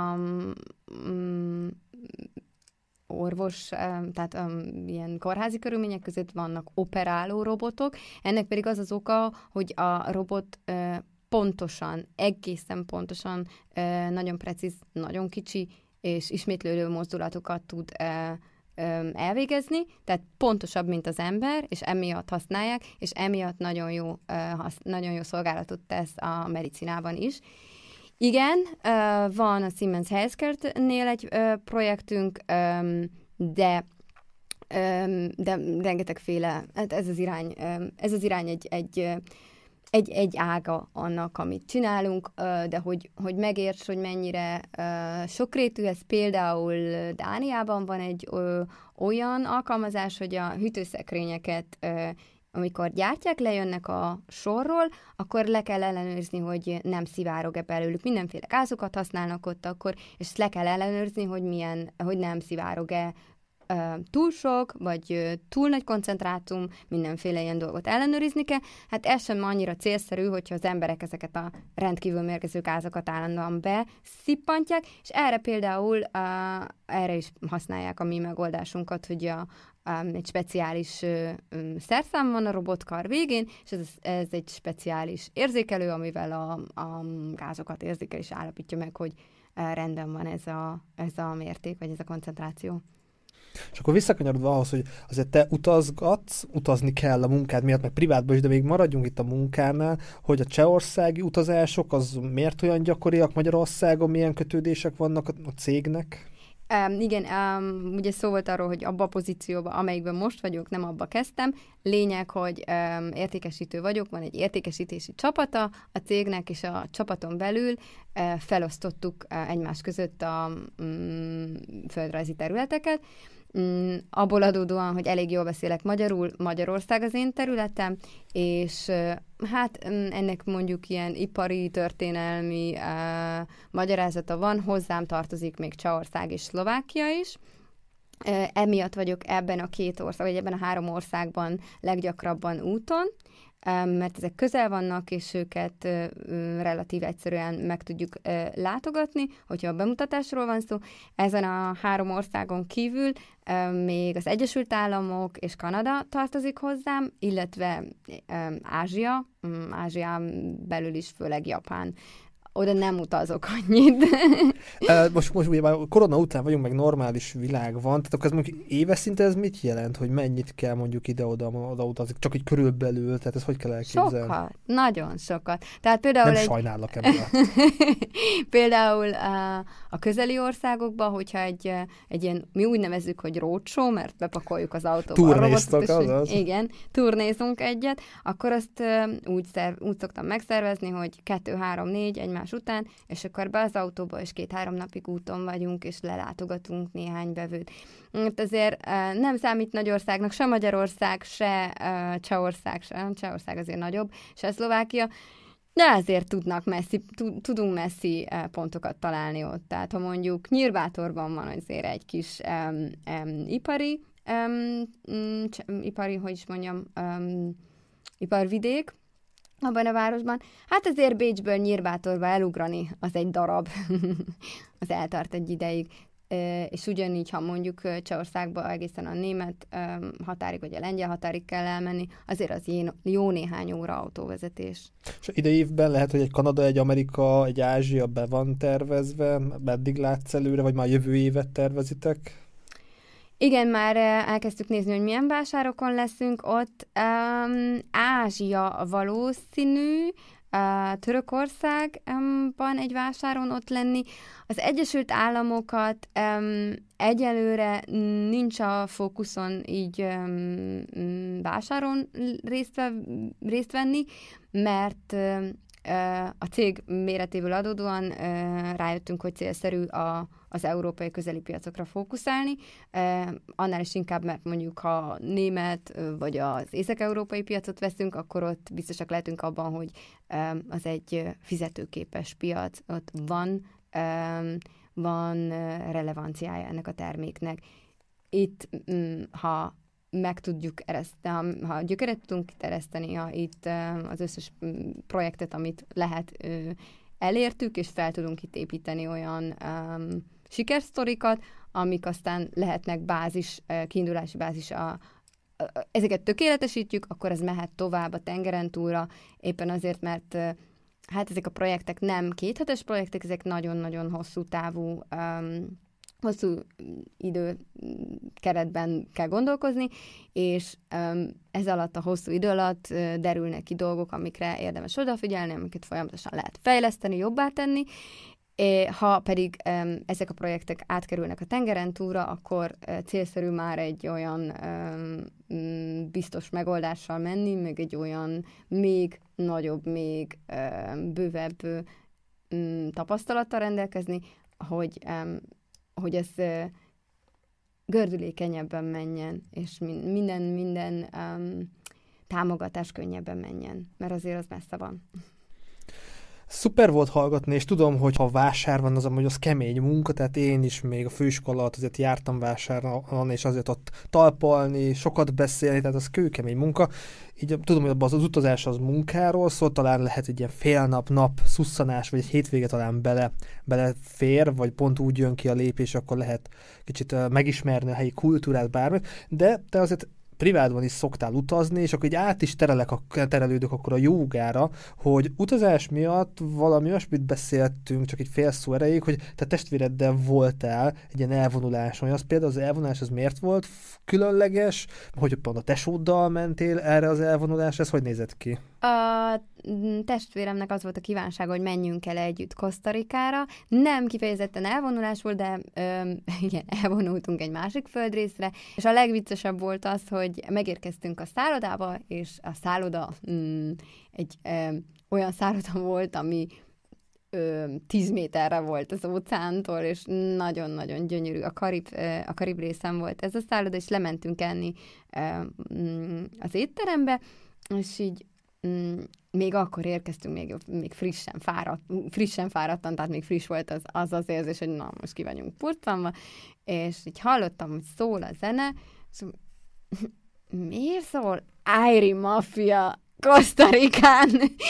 orvos, tehát ilyen kórházi körülmények között vannak operáló robotok. Ennek pedig az az oka, hogy a robot egészen pontosan, nagyon precíz, nagyon kicsi és ismétlődő mozdulatokat tud elvégezni, tehát pontosabb, mint az ember, és emiatt használják, és emiatt nagyon jó szolgálatot tesz a medicinában is. Igen, van a Siemens Healthcare-nél egy projektünk, de rengetegféle, hát ez az irány egy ága annak, amit csinálunk, de hogy megérts, hogy mennyire sokrétű, ez például Dániában van egy olyan alkalmazás, hogy a hűtőszekrényeket amikor gyártják, lejönnek a sorról, akkor le kell ellenőrizni, hogy nem szivárog-e belőlük. Mindenféle gázokat használnak ott akkor, és le kell ellenőrizni, hogy nem szivárog-e túl sok, vagy túl nagy koncentrátum, mindenféle ilyen dolgot ellenőrizni kell. Hát ez sem annyira célszerű, hogyha az emberek ezeket a rendkívül mérgező gázokat állandóan beszippantják, és erre például erre is használják a mi megoldásunkat, hogy egy speciális szerszám van a robotkar végén, és ez egy speciális érzékelő, amivel a gázokat érzékel, és állapítja meg, hogy rendben van ez a mérték, vagy ez a koncentráció. És akkor visszakanyarodva ahhoz, hogy azért te utazni kell a munkád miatt, meg privátban is, de még maradjunk itt a munkánál, hogy a csehországi utazások, az miért olyan gyakoriak Magyarországon, milyen kötődések vannak a cégnek? Igen, ugye szó volt arról, hogy abba a pozícióban, amelyikben most vagyok, nem abba kezdtem. Lényeg, hogy értékesítő vagyok, van egy értékesítési csapata a cégnek, és a csapaton belül felosztottuk egymás között a földrajzi területeket. Abból adódóan, hogy elég jól beszélek magyarul, Magyarország az én területem, és hát ennek mondjuk ilyen ipari, történelmi magyarázata van, hozzám tartozik még Csehország és Szlovákia is. Emiatt vagyok ebben a két ország, vagy ebben a 3 országban leggyakrabban úton, mert ezek közel vannak, és őket relatív egyszerűen meg tudjuk látogatni, hogyha a bemutatásról van szó. Ezen a 3 országon kívül még az Egyesült Államok és Kanada tartozik hozzám, illetve Ázsián belül is főleg Japán. Oda nem utazok annyit. Most ugye már korona után vagyunk, meg normális világ van, tehát akkor ez mondjuk éves szinten ez mit jelent, hogy mennyit kell mondjuk ide-oda utazni, csak így körülbelül, tehát ez hogy kell elképzelni? Sokat, nagyon sokat. Tehát például nem sajnálok emiatt. Például a közeli országokban, hogyha egy ilyen, mi úgy nevezzük, hogy roadshow, mert bepakoljuk az autóba. Turnéztok, azaz? Igen, turnézunk egyet, akkor azt úgy szoktam megszervezni, hogy 2, 3, 4 egymás után, és akkor be az autóba, és 2-3 napig úton vagyunk, és lelátogatunk néhány bevőt. Azért nem számít nagy országnak, se Magyarország, se Csehország azért nagyobb, se Szlovákia, de azért tudunk messzi pontokat találni ott. Tehát ha mondjuk Nyírbátorban van azért egy kis iparvidék, abban a városban. Hát azért Bécsből Nyírbátorba elugrani, az egy darab, az eltart egy ideig. És ugyanígy, ha mondjuk Csehországba egészen a német határig, vagy a lengyel határig kell elmenni, azért az jó néhány óra autóvezetés. És idei évben lehet, hogy egy Kanada, egy Amerika, egy Ázsia be van tervezve, meddig látsz előre, vagy már jövő évet tervezitek? Igen, már elkezdtük nézni, hogy milyen vásárokon leszünk ott. Ázsia valószínű, Törökországban egy vásáron ott lenni. Az Egyesült Államokat egyelőre nincs a fókuszon így vásáron részt venni, mert a cég méretéből adódóan rájöttünk, hogy célszerű az európai közeli piacokra fókuszálni, annál is inkább, mert mondjuk ha német vagy az észak-európai piacot veszünk, akkor ott biztosak lehetünk abban, hogy az egy fizetőképes piac, ott van relevanciája ennek a terméknek. Itt, ha meg tudjuk ereszteni, ha gyökeret tudunk ereszteni, itt az összes projektet, amit lehet, elértük, és fel tudunk itt építeni olyan sikersztorikat, amik aztán lehetnek kiindulási bázis ezeket tökéletesítjük, akkor ez mehet tovább a tengeren túlra, éppen azért, mert hát ezek a projektek nem 2 hetes projektek, ezek nagyon-nagyon hosszú távú, hosszú idő keretben kell gondolkozni, és ez alatt, a hosszú idő alatt derülnek ki dolgok, amikre érdemes odafigyelni, amiket folyamatosan lehet fejleszteni, jobbá tenni. Ha pedig ezek a projektek átkerülnek a tengeren túlra, akkor célszerű már egy olyan biztos megoldással menni, meg egy olyan még nagyobb, még bővebb tapasztalattal rendelkezni, hogy ez gördülékenyebben menjen, és minden támogatás könnyebben menjen, mert azért az messze van. Szuper volt hallgatni, és tudom, hogy ha vásár van, az kemény munka, tehát én is még a főiskola alatt azért jártam vásáron, és azért ott talpalni, sokat beszélni, tehát az kőkemény munka. Így tudom, hogy az utazás az munkáról szól, talán lehet egy ilyen fél nap szusszanás, vagy egy hétvége talán belefér, vagy pont úgy jön ki a lépés, akkor lehet kicsit megismerni a helyi kultúrát, bármit, de te azért privátban is szoktál utazni, és akkor így át is terelődök akkor a jógára, hogy utazás miatt valami olyasmit beszéltünk, csak egy fél szó erejéig, hogy te testvéreddel voltál egy ilyen elvonuláson. Az például az elvonulás az miért volt különleges? Hogy pont a tesóddal mentél erre az elvonulásra, ez hogy nézett ki? A testvéremnek az volt a kívánsága, hogy menjünk el együtt Kosztarikára. Nem kifejezetten elvonulás volt, de igen, elvonultunk egy másik földrészre, és a legviccesebb volt az, hogy megérkeztünk a szállodába, és a szálloda egy olyan szálloda volt, ami 10 méterre volt az óceántól, és nagyon-nagyon gyönyörű. A Karib részen volt ez a szálloda, és lementünk enni az étterembe, és így még akkor érkeztünk, még frissen fáradtan, tehát még friss volt az érzés, hogy na, most ki vagyunk purcanva, és így hallottam, hogy szól a zene, és miért szól? Irie Mafia Kosztarikán.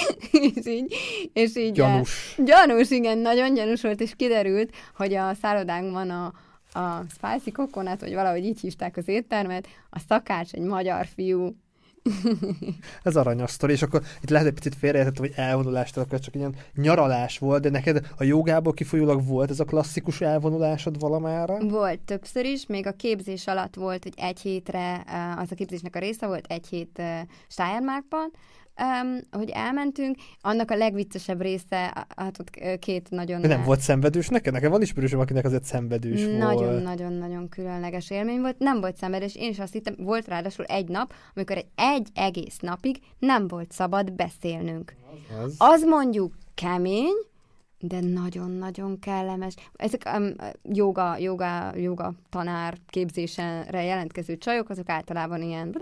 és így gyanús, igen, nagyon gyanús volt, és kiderült, hogy a szállodánkban a Spicy Coconut, vagy valahogy így hívták az éttermet, a szakács egy magyar fiú. Ez aranyos sztori, és akkor itt lehet egy picit félreértettem, hogy elvonulást, akkor csak ilyen nyaralás volt, de neked a jogából kifolyólag volt ez a klasszikus elvonulásod valamára? Volt többször is, még a képzés alatt volt, hogy egy hétre, az a képzésnek a része volt, egy hét Steiermarkban, hogy elmentünk. Annak a legviccesebb része, hát ott két nagyon... De nem volt szenvedős neked? Nekem van ismerősöm, akinek azért szenvedős volt. Nagyon-nagyon különleges élmény volt. Nem volt szenvedős, én is azt hittem, volt ráadásul egy nap, amikor egy egész napig nem volt szabad beszélnünk. Az mondjuk kemény, de nagyon-nagyon kellemes. Ezek joga tanár képzésre jelentkező csajok, azok általában ilyen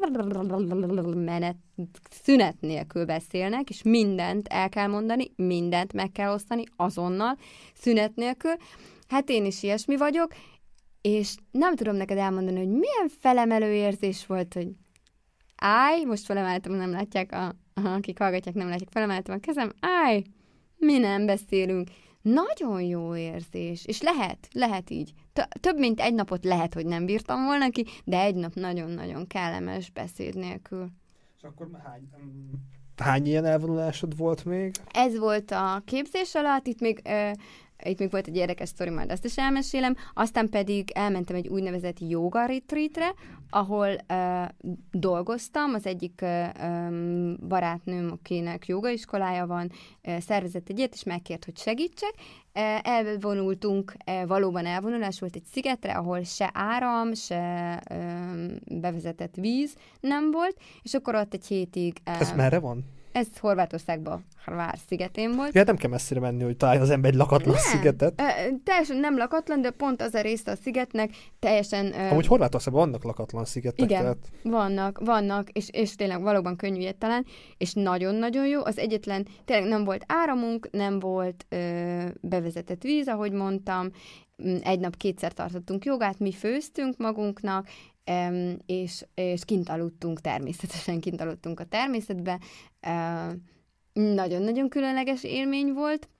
szünet nélkül beszélnek, és mindent el kell mondani, mindent meg kell osztani azonnal, szünet nélkül. Hát én is ilyesmi vagyok, és nem tudom neked elmondani, hogy milyen felemelő érzés volt, hogy most felemeltem, nem látják, akik hallgatják, nem látják, felemeltem a kezem, mi nem beszélünk. Nagyon jó érzés, és lehet így. Több mint egy napot lehet, hogy nem bírtam volna ki, de egy nap nagyon-nagyon kellemes beszéd nélkül. És akkor hány ilyen elvonulásod volt még? Ez volt a képzés alatt, itt még volt egy érdekes sztori, majd azt is elmesélem, aztán pedig elmentem egy úgynevezett yoga retreatre, ahol dolgoztam, az egyik barátnőm, akinek jogaiskolája van, szervezett egy ilyet, és megkért, hogy segítsek. Elvonultunk, valóban elvonulás volt egy szigetre, ahol se áram, se bevezetett víz nem volt, és akkor ott egy hétig... Ez merre van? Ez Horvátországban, Hvár szigetén volt. Ja, nem kell messzire menni, hogy találja az ember egy lakatlan szigetet. Teljesen nem lakatlan, de pont az a része a szigetnek teljesen... Amúgy Horvátországban vannak lakatlan szigetek. Igen, tehát... vannak, és tényleg valóban könnyű ilyet talán, és nagyon-nagyon jó. Az egyetlen, tényleg nem volt áramunk, nem volt bevezetett víz, ahogy mondtam, egy nap kétszer tartottunk jogát, mi főztünk magunknak, és kint aludtunk, természetesen kint aludtunk a természetbe. Nagyon-nagyon különleges élmény volt.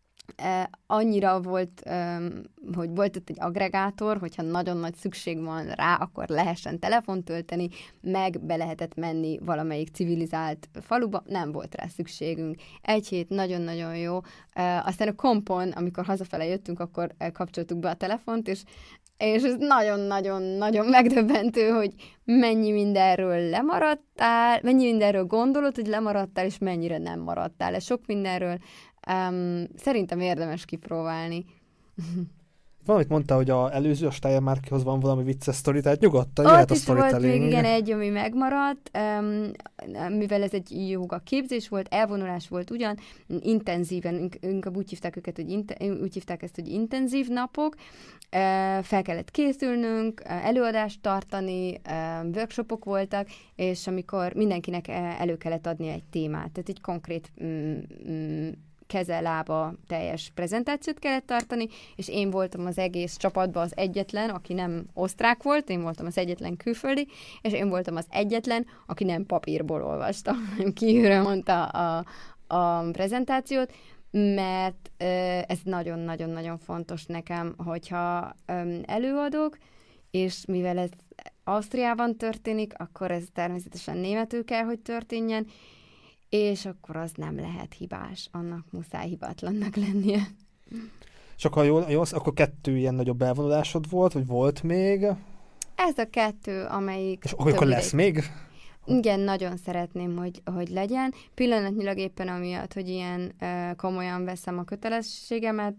Annyira volt, hogy volt ott egy aggregátor, hogyha nagyon nagy szükség van rá, akkor lehessen telefont tölteni, meg be lehetett menni valamelyik civilizált faluba, nem volt rá szükségünk. Egy hét nagyon-nagyon jó. Aztán a kompon, amikor hazafele jöttünk, akkor kapcsoltuk be a telefont, és ez nagyon-nagyon-nagyon megdöbbentő, hogy mennyi mindenről lemaradtál, mennyi mindenről gondolod, hogy lemaradtál, és mennyire nem maradtál. Ez sok mindenről szerintem érdemes kipróbálni. Valamit mondta, hogy előző a Steiermarkhoz van valami vicces sztori, tehát nyugodtan jöhet a sztoritelling. Ott is volt még igen egy, ami megmaradt, mivel ez egy joga képzés volt, elvonulás volt ugyan, intenzíven, inkább úgy hívták őket, úgy hívták ezt, hogy intenzív napok, fel kellett készülnünk, előadást tartani, workshopok voltak, és amikor mindenkinek elő kellett adni egy témát, tehát egy konkrét keze, lába teljes prezentációt kellett tartani, és én voltam az egész csapatban az egyetlen, aki nem osztrák volt, én voltam az egyetlen külföldi, és én voltam az egyetlen, aki nem papírból olvasta, hanem kívülről mondta a prezentációt, mert ez nagyon-nagyon-nagyon fontos nekem, hogyha előadok, és mivel ez Ausztriában történik, akkor ez természetesen németül kell, hogy történjen, és akkor az nem lehet hibás, annak muszáj hibátlannak lennie. És akkor akkor 2 ilyen nagyobb elvonulásod volt, vagy volt még? Ez a 2, amelyik... És akkor lesz még? Igen, nagyon szeretném, hogy legyen. Pillanatnyilag éppen amiatt, hogy ilyen komolyan veszem a kötelességemet,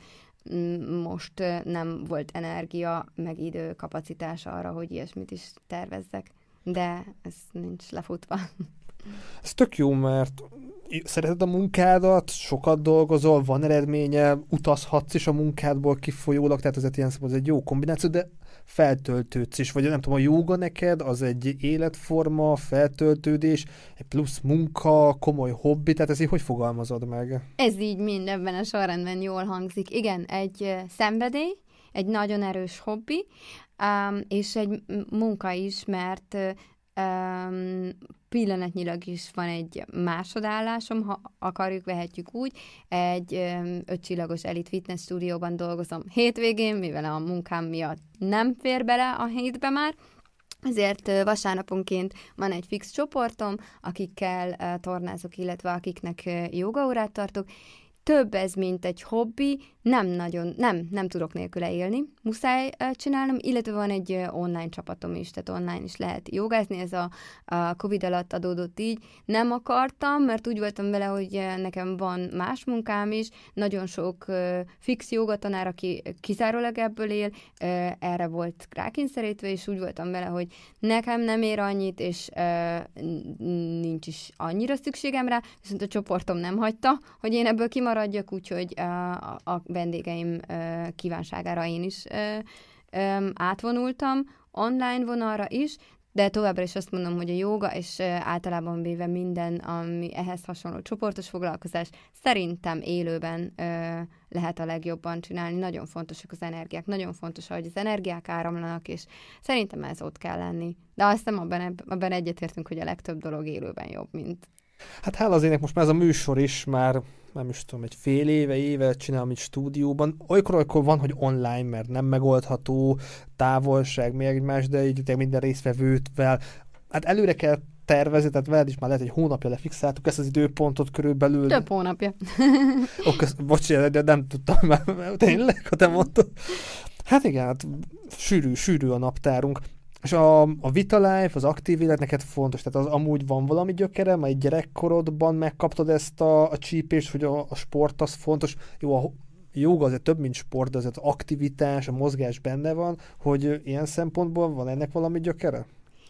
most nem volt energia, meg idő, kapacitás arra, hogy ilyesmit is tervezzek. De ez nincs lefutva. Ez tök jó, mert szereted a munkádat, sokat dolgozol, van eredménye, utazhatsz is a munkádból kifolyólag, tehát ez ilyen szempontból egy jó kombináció, de feltöltődsz is, vagy nem tudom, a jóga neked, az egy életforma, feltöltődés, egy plusz munka, komoly hobbi, tehát ez így hogy fogalmazod meg? Ez így mind ebben a sorrendben jól hangzik. Igen, egy szenvedély, egy nagyon erős hobbi, és egy munka is, mert pillanatnyilag is van egy másodállásom, ha akarjuk, vehetjük úgy. Egy 5 csillagos elit fitness stúdióban dolgozom hétvégén, mivel a munkám miatt nem fér bele a hétbe már, ezért vasárnaponként van egy fix csoportom, akikkel tornázok, illetve akiknek jogaórát tartok. Több ez, mint egy hobbi, nem tudok nélküle élni, muszáj csinálnom, illetve van egy online csapatom is, tehát online is lehet jogázni, ez a Covid alatt adódott így. Nem akartam, mert úgy voltam vele, hogy nekem van más munkám is, nagyon sok fix jogatanár, aki kizárólag ebből él, erre volt rákényszerítve, és úgy voltam vele, hogy nekem nem ér annyit, és nincs is annyira szükségem rá, viszont a csoportom nem hagyta, hogy én ebből kimaradjak, úgyhogy a vendégeim kívánságára én is átvonultam, online vonalra is, de továbbra is azt mondom, hogy a jóga, és általában véve minden, ami ehhez hasonló csoportos foglalkozás, szerintem élőben lehet a legjobban csinálni. Nagyon fontosak az energiák, nagyon fontos, hogy az energiák áramlanak, és szerintem ez ott kell lenni. De azt hiszem, abban egyetértünk, hogy a legtöbb dolog élőben jobb, mint... Hát hála az ének, most már ez a műsor is már nem is tudom, egy fél éve csinálom itt stúdióban. Olykor van, hogy online, mert nem megoldható, távolság, még egymás, de így minden résztvevőtvel. Hát előre kell tervezni, tehát veled is már lehet, egy hónapja lefixáltuk ezt az időpontot körülbelül. Több hónapja. Bocsánat, de nem tudtam már, tényleg, ha te mondtad. Hát igen, hát sűrű a naptárunk. És a Vita Life, az aktív élet neked fontos, tehát az amúgy van valami gyökere, mert egy gyerekkorodban megkaptad ezt a csípést, hogy a sport az fontos. Jó, a jóga azért több, mint sport, de azért az aktivitás, a mozgás benne van, hogy ilyen szempontból van ennek valami gyökere?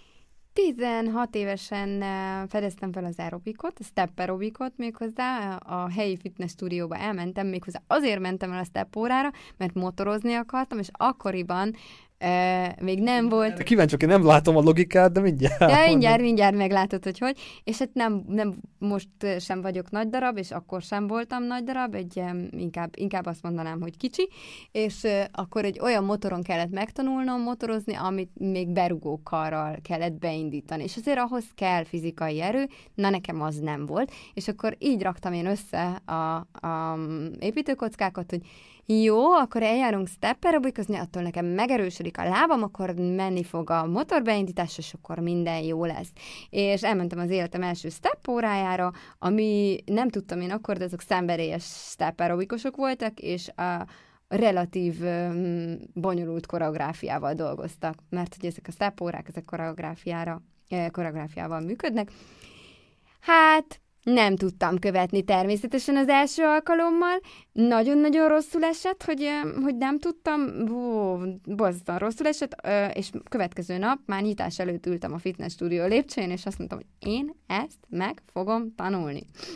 16 évesen fedeztem fel az aerobikot, a step aerobikot méghozzá, a helyi fitness stúdióba elmentem, méghozzá azért mentem el a step órára, mert motorozni akartam, és akkoriban még nem volt... Kíváncsiak, én nem látom a logikát, de mindjárt. Ja, mindjárt meglátod, hogy. És hát nem most sem vagyok nagy darab, és akkor sem voltam nagy darab, inkább azt mondanám, hogy kicsi, és akkor egy olyan motoron kellett megtanulnom motorozni, amit még berugókarral kellett beindítani. És azért ahhoz kell fizikai erő, na nekem az nem volt. És akkor így raktam én össze a építőkockákat, hogy jó, akkor eljárunk step aerobikozni, attól nekem megerősödik a lábam, akkor menni fog a motorbeindítás, és akkor minden jó lesz. És elmentem az életem első step órájára, ami nem tudtam én akkor, de azok szenvedélyes step aerobikosok voltak, és a relatív bonyolult koreográfiával dolgoztak, mert hogy ezek a step órák, ezek koreográfiával működnek. Hát... nem tudtam követni természetesen az első alkalommal. Nagyon-nagyon rosszul esett, hogy nem tudtam. Borzasztóan rosszul esett, és következő nap már nyitás előtt ültem a fitness stúdió lépcsőjén, és azt mondtam, hogy én ezt meg fogom tanulni.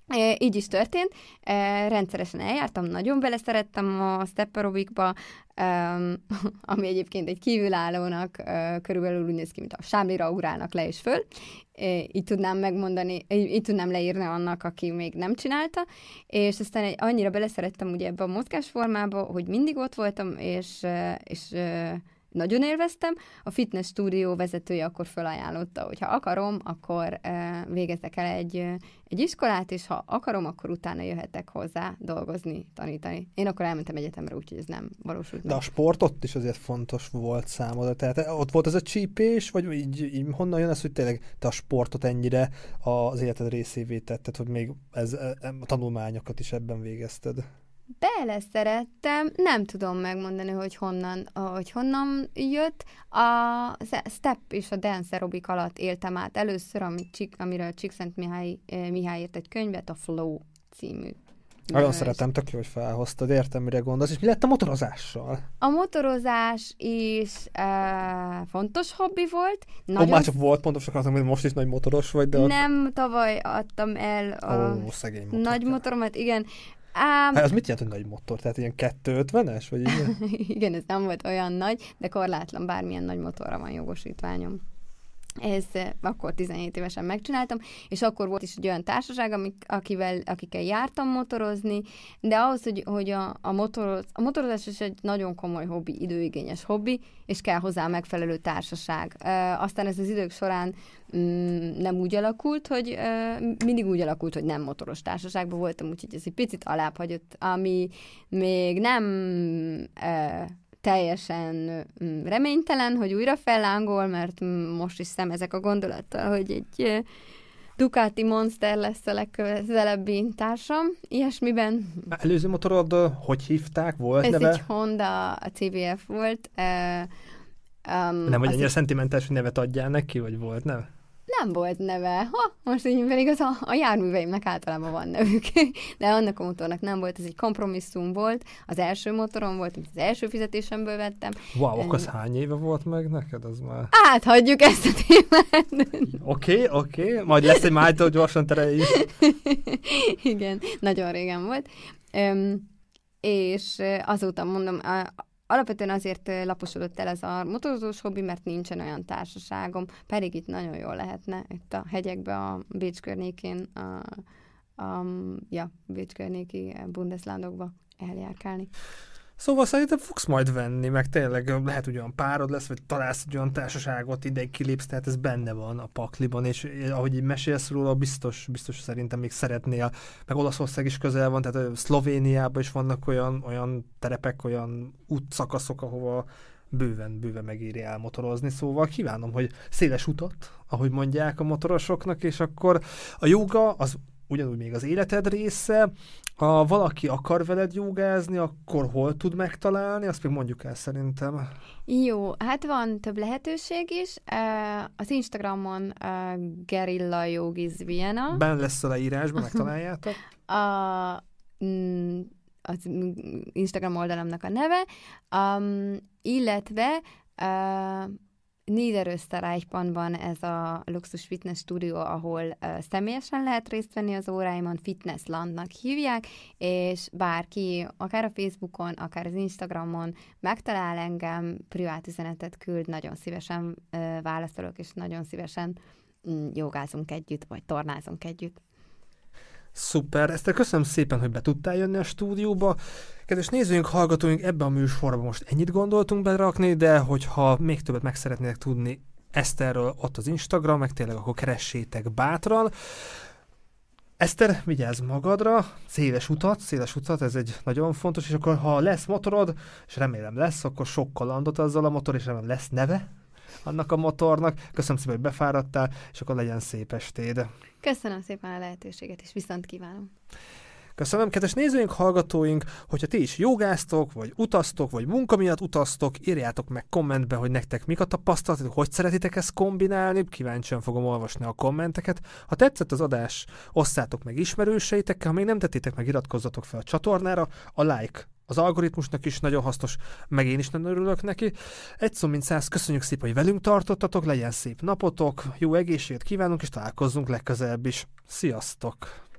Így is történt. Rendszeresen eljártam, nagyon beleszerettem a step aerobikba, ami egyébként egy kívülállónak körülbelül úgy néz ki, mint a sámlira ugrálnak le és föl. Így tudnám megmondani, így tudnám leírni annak, aki még nem csinálta, és aztán annyira beleszerettem ugye ebbe a mozgásformába, hogy mindig ott voltam, és nagyon élveztem. A fitness stúdió vezetője akkor felajánlotta, hogy ha akarom, akkor végezzek el egy iskolát, és ha akarom, akkor utána jöhetek hozzá dolgozni, tanítani. Én akkor elmentem egyetemre, úgyhogy ez nem valósult meg. De a sport ott is azért fontos volt számodra. Tehát ott volt ez a csípés, vagy így honnan jön ez, hogy tényleg te a sportot ennyire az életed részévé tetted, hogy még a tanulmányokat is ebben végezted? Beleszerettem, nem tudom megmondani, hogy honnan jött. A step és a dance aerobik alatt éltem át először, amiről Csíkszent Mihály írt egy könyvet, a Flow című. Nagyon szeretem, tök jó, hogy felhoztad, értem, mire gondolsz. És mi lett a motorozással? A motorozás is fontos hobbi volt. Már csak volt, pontosan akartam, hogy most is nagy motoros vagy, de... Nem, tavaly adtam el a nagy motoromat, igen. Hát az mit jelent, hogy nagy motor? Tehát ilyen 250-es? Vagy igen? Igen, ez nem volt olyan nagy, de korlátlan bármilyen nagy motorra van jogosítványom. Ez akkor 17 évesen megcsináltam, és akkor volt is egy olyan társaság, akikkel jártam motorozni, de ahhoz, hogy a motorozás is egy nagyon komoly hobbi, időigényes hobbi, és kell hozzá megfelelő társaság. Aztán ez az idők során nem úgy alakult, hogy mindig úgy alakult, hogy nem motoros társaságban voltam, úgyhogy ez egy picit alább hagyott, ami még nem teljesen reménytelen, hogy újra fellángol, mert most is szemezek a gondolattal, hogy egy Ducati Monster lesz a legközelebbi társam, ilyesmiben. Előző motorod, hogy hívták? Volt ez neve? Ez egy Honda, a CBF volt. Nem, hogy ennyire szentimentális, hogy nevet adjál neki, vagy volt, nem? Nem volt neve. Most így pedig a járműveimnek általában van nevük. De annak a motornak nem volt, ez egy kompromisszum volt. Az első motorom volt, amit az első fizetésemből vettem. Wow, akkor az hány éve volt meg neked? Az már... Áthagyjuk ezt a témát. Oké. Majd lesz egy májtól gyorsan tereljük. Igen, nagyon régen volt. És azóta mondom, alapvetően azért laposodott el ez a motorozós hobbi, mert nincsen olyan társaságom, pedig itt nagyon jól lehetne, itt a hegyekbe, a Bécs környékén, Bécs környéki Bundeslandokba eljárkálni. Szóval szerintem fogsz majd venni, meg tényleg lehet, hogy olyan párod lesz, vagy találsz egy olyan társaságot, ideig kilépsz, tehát ez benne van a pakliban, és ahogy így mesélsz róla, biztos szerintem még szeretnél, meg Olaszország is közel van, tehát Szlovéniában is vannak olyan terepek, olyan útszakaszok, ahova bőven megéri elmotorozni, szóval kívánom, hogy széles utat, ahogy mondják a motorosoknak, és akkor a jóga az ugyanúgy még az életed része. Ha valaki akar veled jogázni, akkor hol tud megtalálni? Azt még mondjuk el szerintem. Jó, hát van több lehetőség is. Az Instagramon Guerrilla Yogis Vienna. Benne lesz a leírásban, megtaláljátok. Az Instagram oldalamnak a neve, illetve Niederösterreichban van ez a luxus fitness stúdió, ahol személyesen lehet részt venni az óráimon, Fitnesslandnak hívják, és bárki, akár a Facebookon, akár az Instagramon megtalál engem, privát üzenetet küld, nagyon szívesen válaszolok, és nagyon szívesen jogázunk együtt, vagy tornázunk együtt. Szuper, Eszter, köszönöm szépen, hogy be tudtál jönni a stúdióba. Kedves nézőink, hallgatóink, ebben a műsorban most ennyit gondoltunk berakni, de hogyha még többet meg szeretnétek tudni Eszterről ott az Instagram, meg tényleg akkor keressétek bátran. Eszter, vigyázz magadra, széles utat, ez egy nagyon fontos, és akkor ha lesz motorod, és remélem lesz, akkor sok kalandot azzal a motor, és remélem lesz neve annak a motornak. Köszönöm szépen, hogy befáradtál, és akkor legyen szép estéd. Köszönöm szépen a lehetőséget, és viszont kívánom. Köszönöm, kedves nézőink, hallgatóink, hogyha ti is jogáztok, vagy utaztok, vagy munka miatt utaztok, írjátok meg kommentbe, hogy nektek mik a tapasztalatok, hogy szeretitek ezt kombinálni, kíváncsian fogom olvasni a kommenteket. Ha tetszett az adás, osszátok meg ismerőseitekkel, ha még nem tettétek meg, iratkozzatok fel a csatornára, a like az algoritmusnak is nagyon hasznos, meg én is nagyon örülök neki. Egy szó mint 100, köszönjük szépen, hogy velünk tartottatok, legyen szép napotok, jó egészséget kívánunk, és találkozzunk legközelebb is. Sziasztok!